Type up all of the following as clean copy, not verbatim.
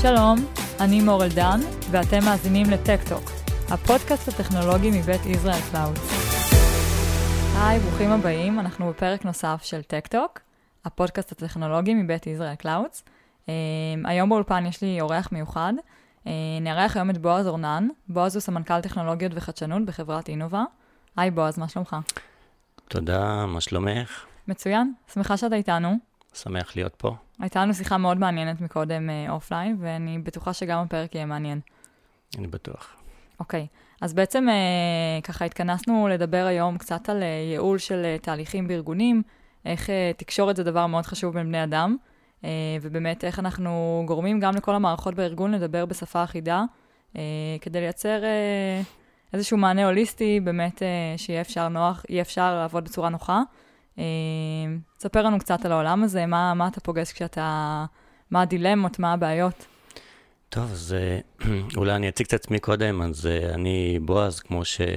שלום, אני מור אלדן, ואתם מאזינים לטק-טוק, הפודקאסט הטכנולוגי מבית ישראל קלאודס. היי, ברוכים הבאים, אנחנו בפרק נוסף של טק-טוק, הפודקאסט הטכנולוגי מבית ישראל קלאודס. היום באולפן יש לי אורח מיוחד, נארח היום את בועז אורנן. בועז הוא סמנכ"ל טכנולוגיות וחדשנות בחברת אינובה. היי בועז, מה שלומך? תודה, מה שלומך? מצוין, שמחה שאתה איתנו. שמח להיות פה. הייתה לנו שיחה מאוד מעניינת מקודם אופליין, ואני בטוחה שגם הפרק יהיה מעניין. אני בטוח. אוקיי, אז בעצם ככה התכנסנו לדבר היום קצת על ייעול של תהליכים בארגונים, איך תקשורת זה דבר מאוד חשוב בין בני אדם, ובאמת איך אנחנו גורמים גם לכל המערכות בארגון לדבר בשפה אחידה, כדי לייצר איזשהו מענה הוליסטי, באמת שיהיה אפשר לעבוד בצורה נוחה. תספר לנו קצת על העולם הזה, מה אתה פוגש כשאתה, מה הדילמות, מה הבעיות? טוב, אז אולי אני אציג את עצמי קודם, אז אני בועז, כמו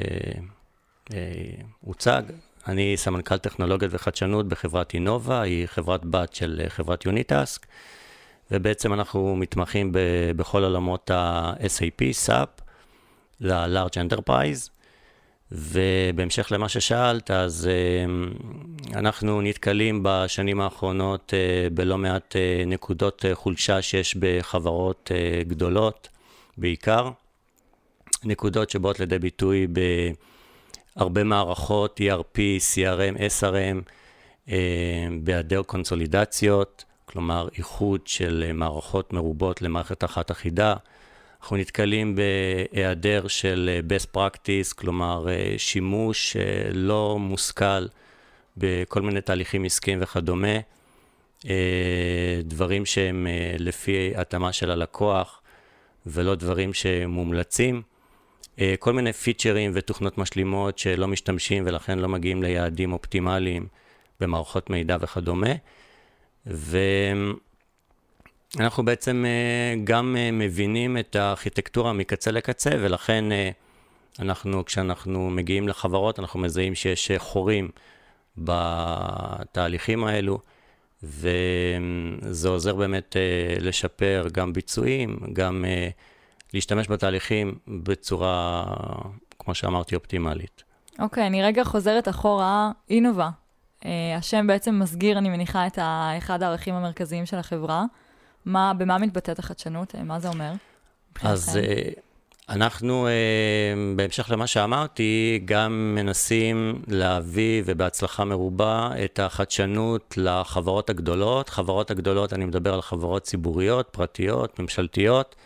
שהוצג, אני סמנכ"ל טכנולוגיות וחדשנות בחברת אינובה, היא חברת בת של חברת יוניטאסק, ובעצם אנחנו מתמחים בכל עולמות ה-SAP, SAP, ל-Large Enterprise, ובהמשך למה ששאלת, אז אנחנו נתקלים בשנים האחרונות בלא מעט נקודות חולשה שיש בחברות גדולות, בעיקר. נקודות שבאות לידי ביטוי בהרבה מערכות, ERP, CRM, SRM, בהיעדר קונסולידציות, כלומר איחוד של מערכות מרובות למערכת אחת אחידה. אנחנו נתקלים בהיעדר של best practice, כלומר שימוש לא מושכל בכל מיני תהליכים עסקיים וכדומה, דברים שהם לפי התאמה של הלקוח ולא דברים שמומלצים, כל מיני פיצ'רים ותוכנות משלימות שלא משתמשים ולכן לא מגיעים ליעדים אופטימליים במערכות מידע וכדומה, אנחנו בעצם גם מבינים את הארכיטקטורה מקצה לקצה, ולכן כשאנחנו מגיעים לחברות, אנחנו מזהים שיש חורים בתהליכים האלו, וזה עוזר באמת לשפר גם ביצועים, גם להשתמש בתהליכים בצורה, כמו שאמרתי, אופטימלית. אוקיי, אני רגע חוזרת אחורה, אינובה. השם בעצם מסגיר, אני מניחה, את אחד הערכים המרכזיים של החברה. במה מתבטאת החדשנות? מה זה אומר? אז אנחנו, בהמשך למה שאמרתי, גם מנסים להביא, ובהצלחה מרובה, את החדשנות לחברות הגדולות. חברות הגדולות, אני מדבר על חברות ציבוריות, פרטיות, ממשלתיות.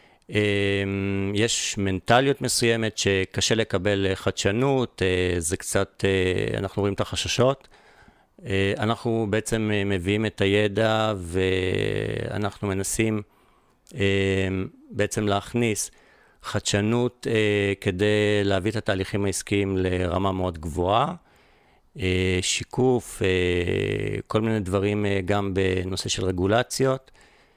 יש מנטליות מסוימת שקשה לקבל חדשנות, זה קצת, אנחנו רואים את החששות. אנחנו בעצם מביאים את הידע ואנחנו מנסים בעצם להכניס חדשנות כדי להביא את התהליכים העסקיים לרמה מאוד גבוהה, שיקוף, כל מיני דברים גם בנושא של רגולציות.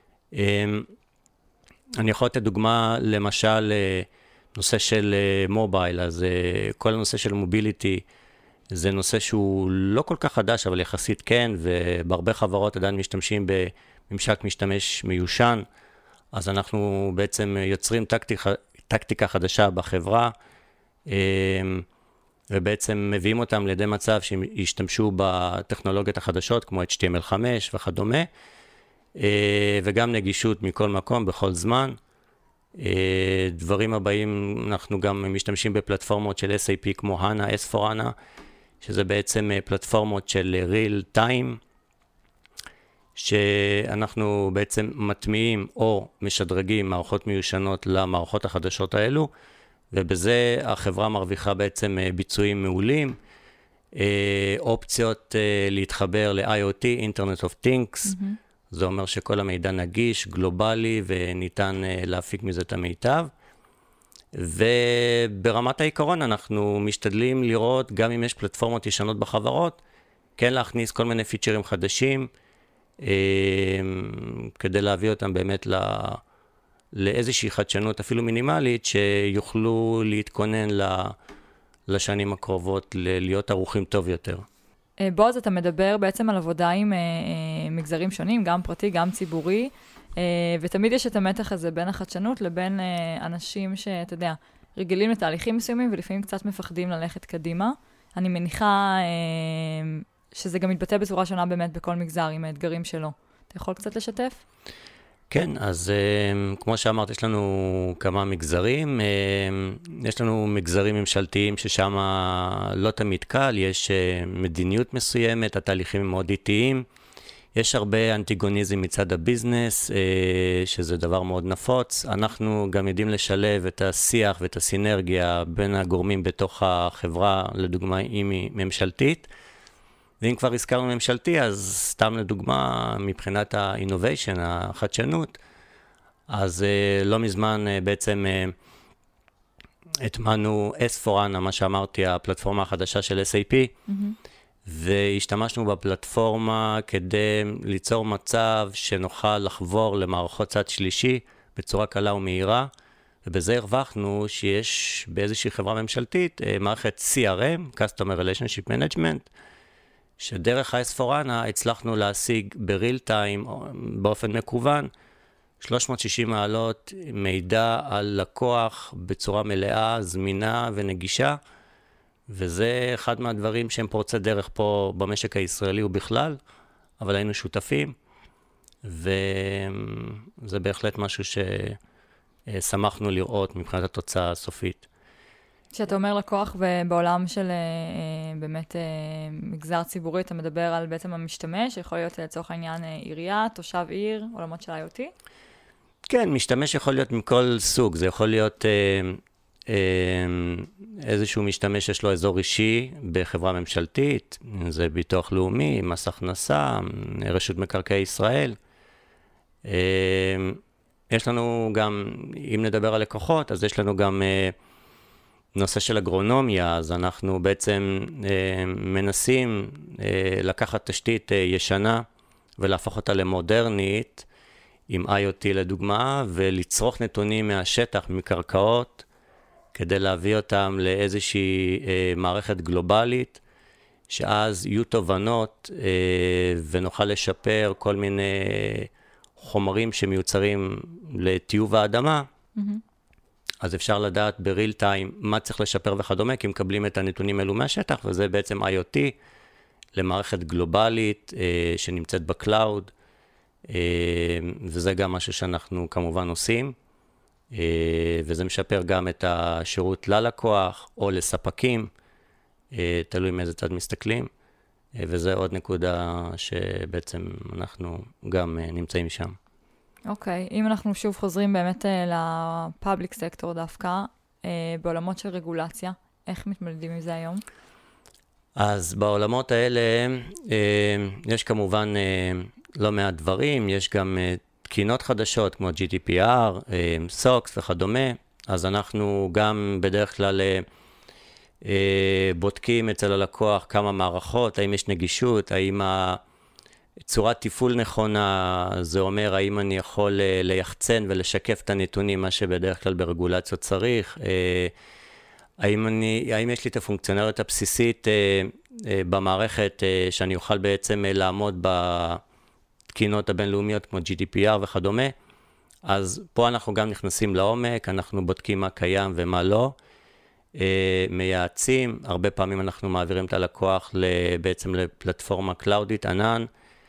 אני יכול לתת דוגמה למשל נושא של מובייל, אז כל הנושא של מוביליטי, זה נושא שהוא לא כל כך חדש, אבל יחסית כן, ובהרבה חברות עדיין משתמשים בממשק משתמש מיושן, אז אנחנו בעצם יוצרים טקטיקה חדשה בחברה, ובעצם מביאים אותם לידי מצב שישתמשו בטכנולוגיות החדשות, כמו HTML5 וכדומה, וגם נגישות מכל מקום, בכל זמן. דברים הבאים, אנחנו גם משתמשים בפלטפורמות של SAP כמו HANA, S4HANA, שזה בעצם פלטפורמות של real time, שאנחנו בעצם מטמיעים או משדרגים מערכות מיושנות למערכות החדשות האלו, ובזה החברה מרוויחה בעצם ביצועים מעולים, אופציות להתחבר ל-IoT, Internet of Things, זה אומר שכל המידע נגיש, גלובלי, וניתן להפיק מזה את המיטב. וברמת העיקרון אנחנו משתדלים לראות, גם אם יש פלטפורמות ישנות בחברות, כן להכניס כל מיני פיצ'רים חדשים, כדי להביא אותם באמת לאיזושהי חדשנות, אפילו מינימלית, שיוכלו להתכונן לשנים הקרובות, להיות ערוכים טוב יותר. בועז, אתה מדבר בעצם על עבודה עם מגזרים שונים, גם פרטי, גם ציבורי. ותמיד יש את המתח הזה בין החדשנות לבין אנשים שאתה יודע, רגילים לתהליכים מסוימים ולפעמים קצת מפחדים ללכת קדימה. אני מניחה שזה גם מתבטא בצורה שונה באמת בכל מגזר עם האתגרים שלו. אתה יכול קצת לשתף? כן, אז כמו שאמרת, יש לנו כמה מגזרים. יש לנו מגזרים ממשלתיים ששם לא תמיד קל, יש מדיניות מסוימת, התהליכים הם מאוד איטיים. יש הרבה אנטיגוניזם מצד הביזנס, שזה דבר מאוד נפוץ. אנחנו גם יודעים לשלב את השיח ואת הסינרגיה בין הגורמים בתוך החברה, לדוגמה, אם היא ממשלתית. ואם כבר הזכרנו ממשלתי, אז סתם לדוגמה, מבחינת ה-innovation, החדשנות, אז לא מזמן בעצם התמנו S4HANA, מה שאמרתי, הפלטפורמה החדשה של SAP, והשתמשנו בפלטפורמה כדי ליצור מצב שנוכל לחבור למערכות צד שלישי בצורה קלה ומהירה, ובזה הרווחנו שיש באיזושהי חברה ממשלתית מערכת CRM, Customer Relationship Management, שדרך ה-S4HANA הצלחנו להשיג בריל טיים, באופן מקוון, 360 מעלות מידע על לקוח בצורה מלאה, זמינה ונגישה, וזה אחד מהדברים שהם פורצי דרך פה במשק הישראלי ובכלל, אבל היינו שותפים, וזה בהחלט משהו ששמחנו לראות מבחינת התוצאה הסופית. כשאתה אומר לקוח בעולם של באמת מגזר ציבורי, אתה מדבר על בעצם המשתמש, יכול להיות לצורך העניין עירייה, תושב עיר, עולמות של IoT? כן, משתמש יכול להיות מכל סוג, זה יכול להיות איזשהו משתמש שיש לו אזור אישי בחברה ממשלתית, זה ביטוח לאומי, מס הכנסה, רשות מקרקעי ישראל. יש לנו גם, אם נדבר על לקוחות, אז יש לנו גם נושא של אגרונומיה, אז אנחנו בעצם מנסים לקחת תשתית ישנה ולהפוך אותה למודרנית, עם IoT לדוגמה, ולצרוך נתונים מהשטח, מקרקעות, כדי להביא אותם לאיזושהי מערכת גלובלית, שאז יהיו תובנות ונוכל לשפר כל מיני חומרים שמיוצרים לטיוב האדמה, אז אפשר לדעת בריל טיים מה צריך לשפר וכדומה, כי מקבלים את הנתונים האלו מהשטח, וזה בעצם IoT למערכת גלובלית שנמצאת בקלאוד, וזה גם משהו שאנחנו כמובן עושים, וזה משפר גם את השירות ללקוח או לספקים, תלוי מאיזה צד מסתכלים, וזה עוד נקודה שבעצם אנחנו גם נמצאים שם. אוקיי, אם אנחנו שוב חוזרים באמת לפאבליק סקטור דווקא, בעולמות של רגולציה, איך מתמודדים עם זה היום? אז בעולמות האלה יש כמובן לא מעט דברים, יש גם תקינות חדשות כמו GDPR, SOX וכדומה, אז אנחנו גם בדרך כלל בודקים אצל הלקוח כמה מערכות, האם יש נגישות, האם צורת טיפול נכונה, זה אומר האם אני יכול ליחצן ולשקף את הנתונים, מה שבדרך כלל ברגולציות צריך, האם יש לי את הפונקציונליות הבסיסית במערכת שאני אוכל בעצם לעמוד בתקינות הבינלאומיות כמו GDPR וכדומה, אז פה אנחנו גם נכנסים לעומק, אנחנו בודקים מה קיים ומה לא, מייעצים, הרבה פעמים אנחנו מעבירים את הלקוח בעצם לפלטפורמה קלאודית, ענן,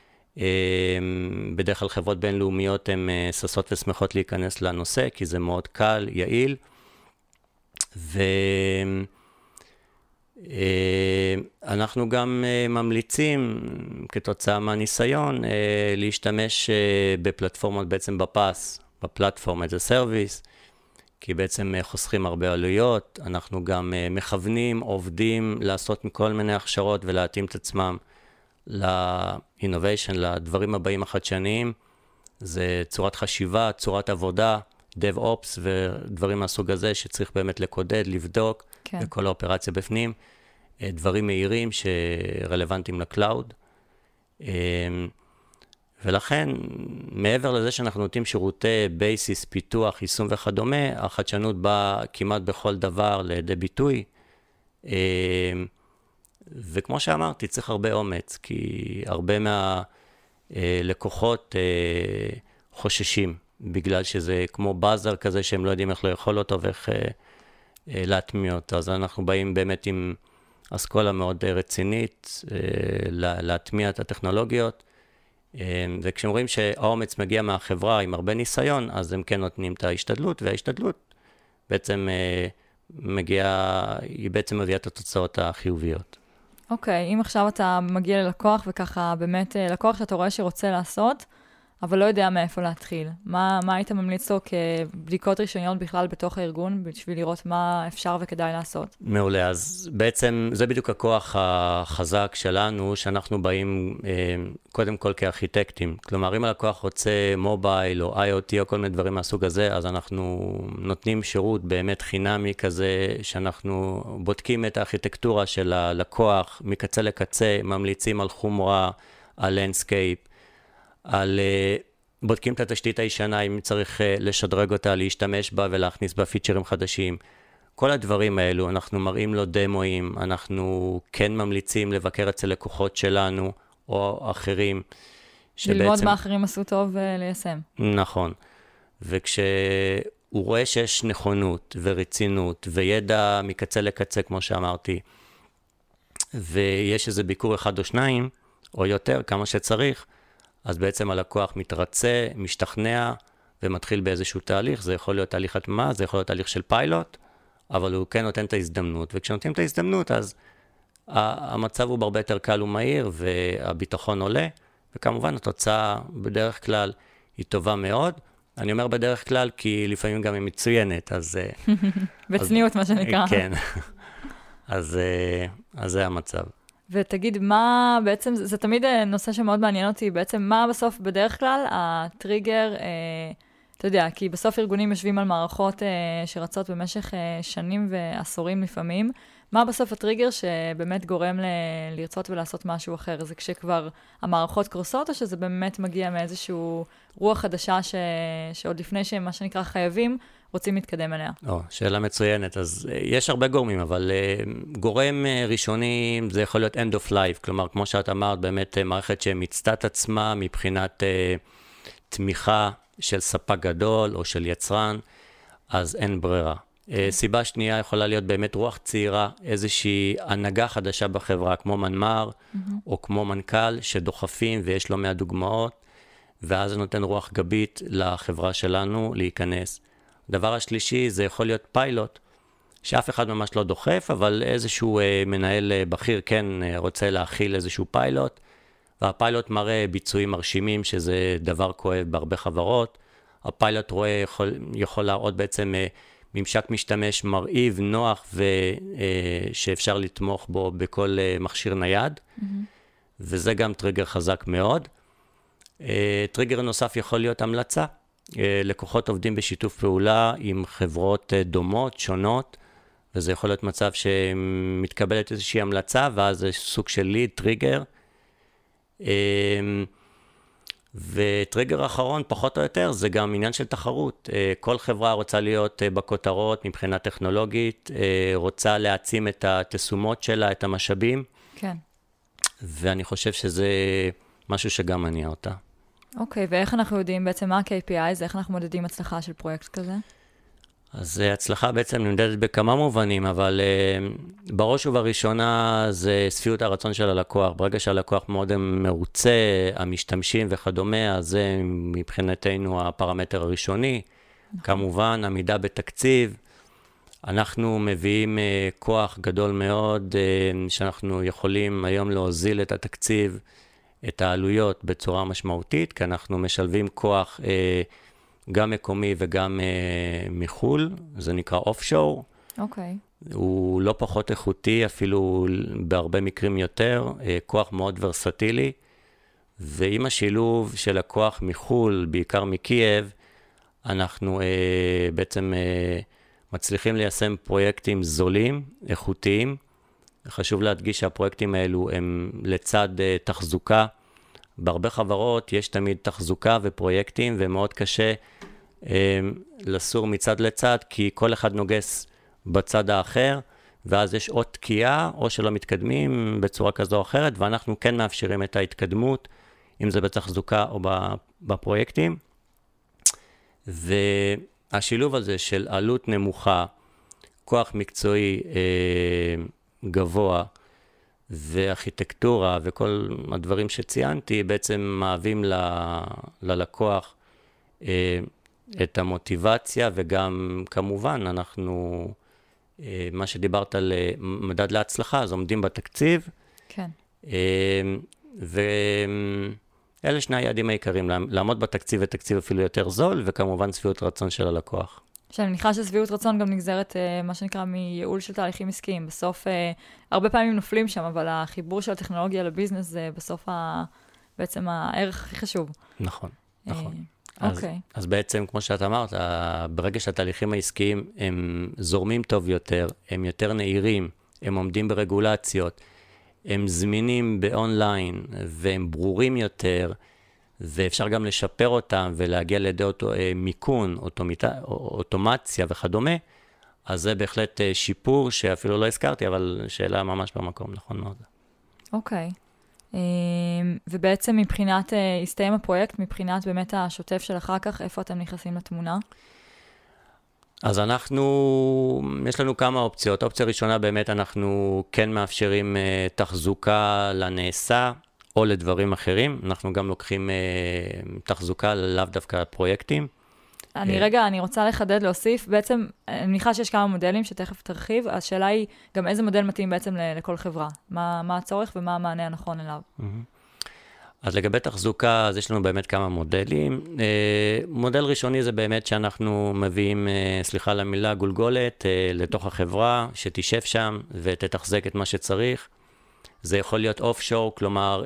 בדרך כלל חברות בינלאומיות הן ששות ושמחות להיכנס לנושא, כי זה מאוד קל, יעיל, ואנחנו גם ממליצים כתוצאה מהניסיון להשתמש בפלטפורמות בעצם בפס, בפלטפורם as a service, כי בעצם חוסכים הרבה עלויות, אנחנו גם מכוונים, עובדים לעשות מכל מיני הכשרות ולהתאים את עצמם ל-innovation, לדברים הבאים החדשניים, זה צורת חשיבה, צורת עבודה, DevOps ודברים מהסוג הזה שצריך באמת לקודד, לבדוק, כן. וכל האופרציה בפנים, דברים מהירים שרלוונטיים לקלאוד. ולכן, מעבר לזה שאנחנו נותנים שירותי בייסיס, פיתוח, יישום וכדומה, החדשנות באה כמעט בכל דבר לידי ביטוי. וכמו שאמרתי, צריך הרבה אומץ, כי הרבה מהלקוחות חוששים, בגלל שזה כמו באזר כזה שהם לא יודעים איך לאכול אותו ואיך להטמיע אותו. אז אנחנו באים באמת עם אסכולה מאוד רצינית להטמיע את הטכנולוגיות, וכשהם רואים שהאומץ מגיע מהחברה עם הרבה ניסיון, אז הם כן נותנים את ההשתדלות, וההשתדלות בעצם היא בעצם מביאה את התוצאות החיוביות. אוקיי, אם עכשיו אתה מגיע ללקוח וככה באמת לקוח שאתה רואה שרוצה לעשות, אבל לא יודע מאיפה להתחיל. מה היית ממליץ לו כבדיקות ראשוניות בכלל בתוך הארגון, בשביל לראות מה אפשר וכדאי לעשות? מעולה, אז בעצם זה בדיוק הכוח החזק שלנו, שאנחנו באים קודם כל כארכיטקטים. כלומר, אם הלקוח רוצה מובייל או IoT או כל מיני דברים מהסוג הזה, אז אנחנו נותנים שירות באמת חינמי כזה, שאנחנו בודקים את הארכיטקטורה של הלקוח מקצה לקצה, ממליצים על חומרה, על לנדסקייפ, בודקים את התשתית הישנה, אם צריך לשדרג אותה, להשתמש בה ולהכניס בה פיצ'רים חדשים. כל הדברים האלו, אנחנו מראים לו דמואים, אנחנו כן ממליצים לבקר אצל לקוחות שלנו או אחרים. ללמוד מה אחרים עשו טוב וליישם. נכון. וכשהוא רואה שיש נכונות ורצינות וידע מקצה לקצה, כמו שאמרתי, ויש איזה ביקור אחד או שניים, או יותר, כמה שצריך, אז בעצם הלקוח מתרצה, משתכנע, ומתחיל באיזשהו תהליך. זה יכול להיות תהליך הטמעה, זה יכול להיות תהליך של פיילוט, אבל הוא כן נותן את ההזדמנות. וכשנותנים את ההזדמנות, אז המצב הוא הרבה יותר קל ומהיר, והביטחון עולה, וכמובן התוצאה בדרך כלל היא טובה מאוד. אני אומר בדרך כלל, כי לפעמים גם היא מצוינת, אז... בצניעות, מה שנקרא. כן. אז זה המצב. ותגיד, מה בעצם, זה תמיד נושא שמאוד מעניין אותי, בעצם מה בסוף בדרך כלל הטריגר, אתה יודע, כי בסוף ארגונים יושבים על מערכות שרצות במשך שנים ועשורים לפעמים, מה בסוף הטריגר שבאמת גורם לרצות ולעשות משהו אחר? זה כשכבר המערכות קורסות, או שזה באמת מגיע מאיזשהו רוח חדשה שעוד לפני שהם, מה שנקרא, חייבים, רוצים להתקדם אליה? שאלה מצוינת. אז יש הרבה גורמים, אבל גורם ראשוני זה יכול להיות end of life, כלומר, כמו שאת אמרת, באמת מערכת שמצטה את עצמה מבחינת תמיכה של ספק גדול או של יצרן, אז אין ברירה. סיבה שנייה יכולה להיות באמת רוח צעירה, איזושהי הנהגה חדשה בחברה, כמו מנמ"ר או כמו מנכ"ל שדוחפים ויש לו מהדוגמאות, ואז זה נותן רוח גבית לחברה שלנו להיכנס. הדבר השלישי זה יכול להיות פיילוט, שאף אחד ממש לא דוחף, אבל איזשהו מנהל בכיר כן רוצה להכיל איזשהו פיילוט, והפיילוט מראה ביצועים מרשימים, שזה דבר כואב בהרבה חברות. הפיילוט יכול להראות בעצם ממשק משתמש מרהיב, נוח, ושאפשר לתמוך בו בכל מכשיר נייד, וזה גם טריגר חזק מאוד. טריגר נוסף יכול להיות המלצה. לקוחות עובדים בשיתוף פעולה עם חברות דומות, שונות, וזה יכול להיות מצב שמתקבלת איזושהי המלצה, ואז זה סוג של ליד, טריגר. וטריגר האחרון, פחות או יותר, זה גם עניין של תחרות. כל חברה רוצה להיות בכותרות מבחינה טכנולוגית, רוצה להעצים את התשומות שלה, את המשאבים. כן. ואני חושב שזה משהו שגם מניע אותה. אוקיי, ואיך אנחנו יודעים בעצם מה ה-KPI, איך אנחנו מודדים הצלחה של פרויקט כזה? אז הצלחה בעצם נמדדת בכמה מובנים, אבל בראש ובראשונה זה ספיות הרצון של הלקוח. ברגע שהלקוח מאוד מרוצה, המשתמשים וכדומה, אז זה מבחינתנו הפרמטר הראשוני. כמובן, עמידה בתקציב. אנחנו מביאים כוח גדול מאוד, שאנחנו יכולים היום להוזיל את התקציב, את העלויות בצורה משמעותית, כי אנחנו משלבים כוח גם מקומי וגם מחול, זה נקרא אוף-שור. אוקיי. הוא לא פחות איכותי, אפילו בהרבה מקרים יותר, כוח מאוד ורסטילי, ועם השילוב של הכוח מחול, בעיקר מקייב, אנחנו בעצם מצליחים ליישם פרויקטים זולים, איכותיים. חשוב להדגיש שהפרויקטים האלו הם לצד תחזוקה. בהרבה חברות יש תמיד תחזוקה ופרויקטים, ומאוד קשה לסור מצד לצד, כי כל אחד נוגס בצד האחר, ואז יש או תקיעה, או שלא מתקדמים בצורה כזו או אחרת, ואנחנו כן מאפשרים את ההתקדמות, אם זה בתחזוקה או בפרויקטים. והשילוב הזה של עלות נמוכה, כוח מקצועי גבוה, וארכיטקטורה וכל הדברים שציינתי, בעצם מהווים ללקוח את המוטיבציה, וגם כמובן אנחנו, מה שדיברת על מדד להצלחה, אז עומדים בתקציב. כן. ואלה שני היעדים העיקריים, לעמוד בתקציב ותקציב אפילו יותר זול, וכמובן שביעות רצון של הלקוח. שאני מניחה ששביעות רצון גם נגזרת, מה שנקרא, מייעול של תהליכים עסקיים. בסוף, הרבה פעמים נופלים שם, אבל החיבור של הטכנולוגיה לביזנס זה בסוף בעצם הערך הכי חשוב. נכון, נכון. אוקיי. אז בעצם, כמו שאת אמרת, ברגע שהתהליכים העסקיים הם זורמים טוב יותר, הם יותר נהירים, הם עומדים ברגולציות, הם זמינים באונליין, והם ברורים יותר, ואפשר גם לשפר אותם ולהגיע לידי מיקון, אוטומציה וכדומה, אז זה בהחלט שיפור שאפילו לא הזכרתי, אבל שאלה ממש במקום, נכון מאוד. אוקיי. ובעצם מבחינת הסתיים הפרויקט, מבחינת באמת השוטף של אחר כך, איפה אתם נכנסים לתמונה? אז יש לנו כמה אופציות. אופציה ראשונה באמת אנחנו כן מאפשרים תחזוקה לנעשה, או לדברים אחרים. אנחנו גם לוקחים תחזוקה לאו דווקא פרויקטים. אני רוצה לחדד, להוסיף. בעצם, אני מניחה שיש כמה מודלים שתכף תרחיב. השאלה היא גם איזה מודל מתאים בעצם לכל חברה. מה הצורך ומה המענה הנכון אליו. אז לגבי תחזוקה, אז יש לנו באמת כמה מודלים. מודל ראשוני זה באמת שאנחנו מביאים, סליחה על המילה, גולגולת לתוך החברה, שתשב שם ותתחזק את מה שצריך. זה יכול להיות אוף-שור, כלומר,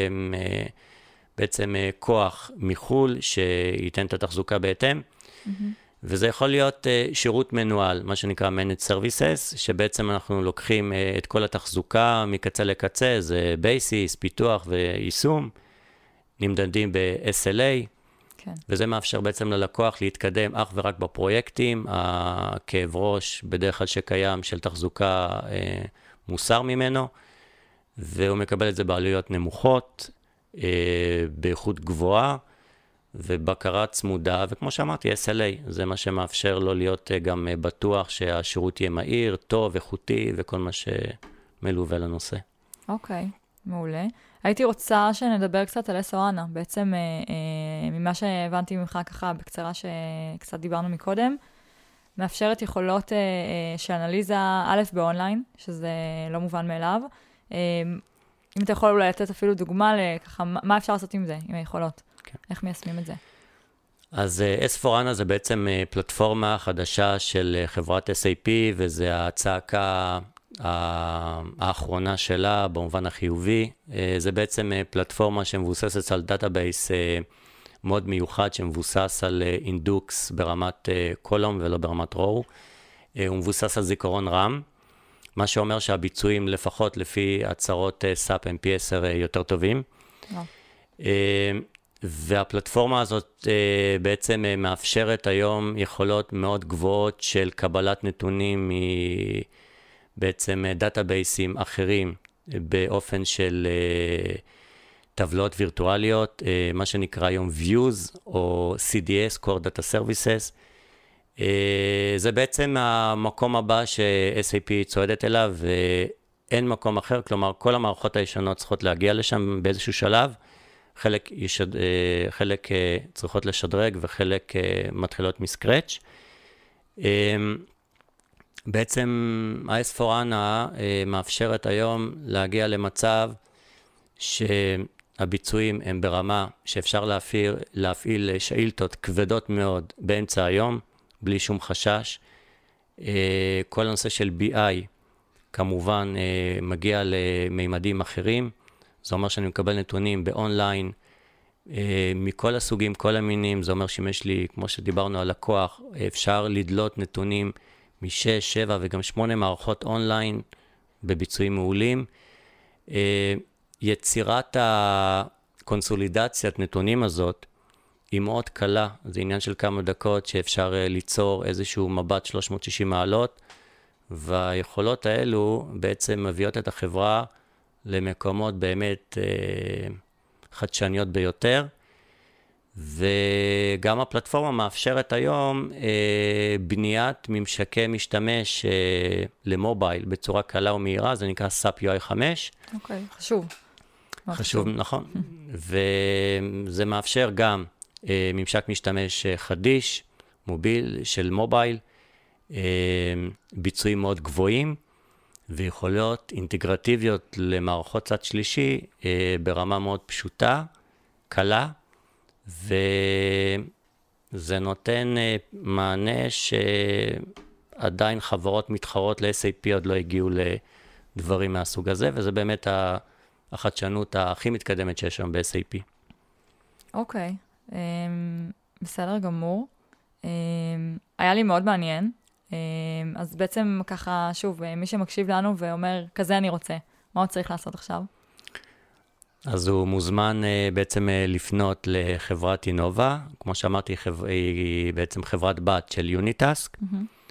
בעצם כוח מחול שייתן את התחזוקה בהתאם. וזה יכול להיות שירות מנוהל, מה שנקרא Managed Services, שבעצם אנחנו לוקחים את כל התחזוקה מקצה לקצה, זה בייסיס, פיתוח ויישום, נמדדים ב-SLA, כן. וזה מאפשר בעצם ללקוח להתקדם אך ורק בפרויקטים, הכאב ראש בדרך כלל שקיים של תחזוקה מוסר ממנו, והוא מקבל את זה בעלויות נמוכות, באיכות גבוהה, ובקרה צמודה, וכמו שאמרתי, SLA, זה מה שמאפשר לו להיות גם בטוח שהשירות יהיה מהיר, טוב, איכותי, וכל מה שמלווה לנושא. אוקיי, מעולה. הייתי רוצה שנדבר קצת על S/4HANA, בעצם ממה שהבנתי ממך ככה בקצרה שקצת דיברנו מקודם, מאפשרת יכולות של אנליזה א' באונליין, שזה לא מובן מאליו. אם אתה יכול אולי לתת אפילו דוגמה לככה, מה אפשר לעשות עם זה, עם היכולות? כן. איך מיישמים את זה? אז S/4HANA זה בעצם פלטפורמה חדשה של חברת SAP, וזה הצעקה האחרונה שלה במובן החיובי. זה בעצם פלטפורמה שמבוססת על דאטאבייס מאוד מיוחד, שמבוסס על אינדוקס ברמת קולום ולא ברמת רו. הוא מבוסס על זיכרון רם, מה שאומר שהביצועים לפחות לפי הצהרות SAP הם פי 10 יותר טובים. והפלטפורמה הזאת בעצם מאפשרת היום יכולות מאוד גבוהות של קבלת נתונים בעצם דאטאבייסים אחרים באופן של טבלאות וירטואליות, מה שנקרא היום Views או CDS, Core Data Services. זה בעצם המקום הבא ש-SAP צועדת אליו, ואין מקום אחר, כלומר כל המערכות הישנות צריכות להגיע לשם באיזשהו שלב, חלק צריכות לשדרג וחלק מתחילות מסקרץ'. בעצם ה-S/4HANA מאפשרת היום להגיע למצב שהביצועים הם ברמה שאפשר להפעיל שאילתות כבדות מאוד באמצע היום, בלי שום חשש. כל הנושא של BI כמובן מגיע למימדים אחרים, זה אומר שאני מקבל נתונים באונליין, מכל הסוגים, כל המינים, זה אומר שאם יש לי, כמו שדיברנו על לקוח, אפשר לדלות נתונים מ-6, 7 וגם 8 מערכות אונליין בביצועים מעולים. יצירת הקונסולידציית נתונים הזאת היא מאוד קלה, זה עניין של כמה דקות שאפשר ליצור איזשהו מבט 360 מעלות, והיכולות האלו בעצם מביאות את החברה למקומות באמת חדשניות ביותר, וגם גם הפלטפורמה מאפשרת היום בניית ממשקי משתמש למובייל בצורה קלה ומהירה, זה נקרא SAP UI 5. אוקיי, חשוב. חשוב, נכון. וזה מאפשר גם ממשק משתמש חדיש, מוביל, של מובייל, ביצועים מאוד גבוהים, ויכולות אינטגרטיביות למערכות צד שלישי ברמה מאוד פשוטה, קלה, וזה נותן מענה שעדיין חברות מתחרות ל-SAP עוד לא הגיעו לדברים מהסוג הזה, וזה באמת החדשנות הכי מתקדמת שיש היום ב-SAP. אוקיי, בסדר גמור. היה לי מאוד מעניין. אז בעצם ככה, שוב, מי שמקשיב לנו ואומר, כזה אני רוצה, מה הוא צריך לעשות עכשיו? אז הוא מוזמן בעצם לפנות לחברת אינובה, כמו שאמרתי, היא בעצם חברת בת של יוניטאסק,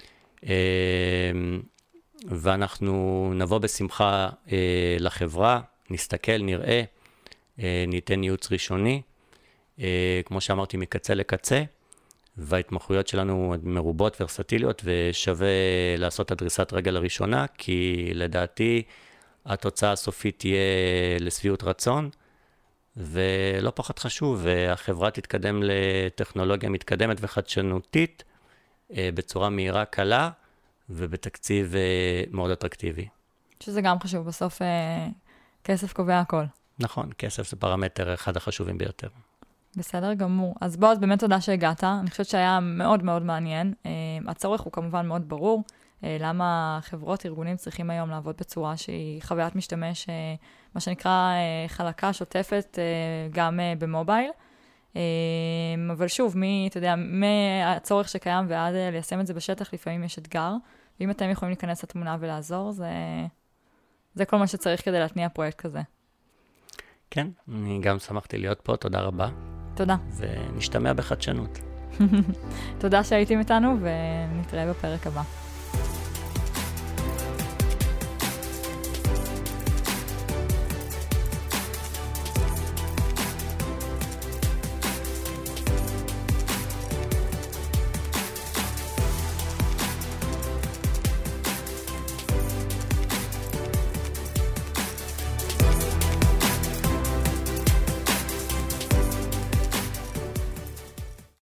ואנחנו נבוא בשמחה לחברה, נסתכל, נראה, ניתן ייעוץ ראשוני, כמו שאמרתי, מקצה לקצה, וההתמחויות שלנו מרובות ורסטיליות, ושווה לעשות את דריסת רגל הראשונה, כי לדעתי התוצאה הסופית תהיה לשביעות רצון, ולא פחות חשוב, והחברה תתקדם לטכנולוגיה מתקדמת וחדשנותית, בצורה מהירה, קלה, ובתקציב מאוד אטרקטיבי. שזה גם חשוב, בסוף כסף קובע הכל. נכון, כסף זה פרמטר אחד החשובים ביותר. בסדר גמור. אז בוא, באמת תודה שהגעת. אני חושבת שהיה מאוד מאוד מעניין. הצורך הוא כמובן מאוד ברור. למה חברות, ארגונים צריכים היום לעבוד בצורה שהיא חוויית משתמש, מה שנקרא חלקה, שוטפת, גם במובייל. אבל שוב, אתה יודע, מהצורך שקיים ועד ליישם את זה בשטח, לפעמים יש אתגר. ואם אתם יכולים להיכנס לתמונה ולעזור, זה כל מה שצריך כדי להתניע פרויקט כזה. כן, אני גם שמחתי להיות פה, תודה רבה. תודה. ונשתמע בחדשנות. תודה שהייתם איתנו, ונתראה בפרק הבא.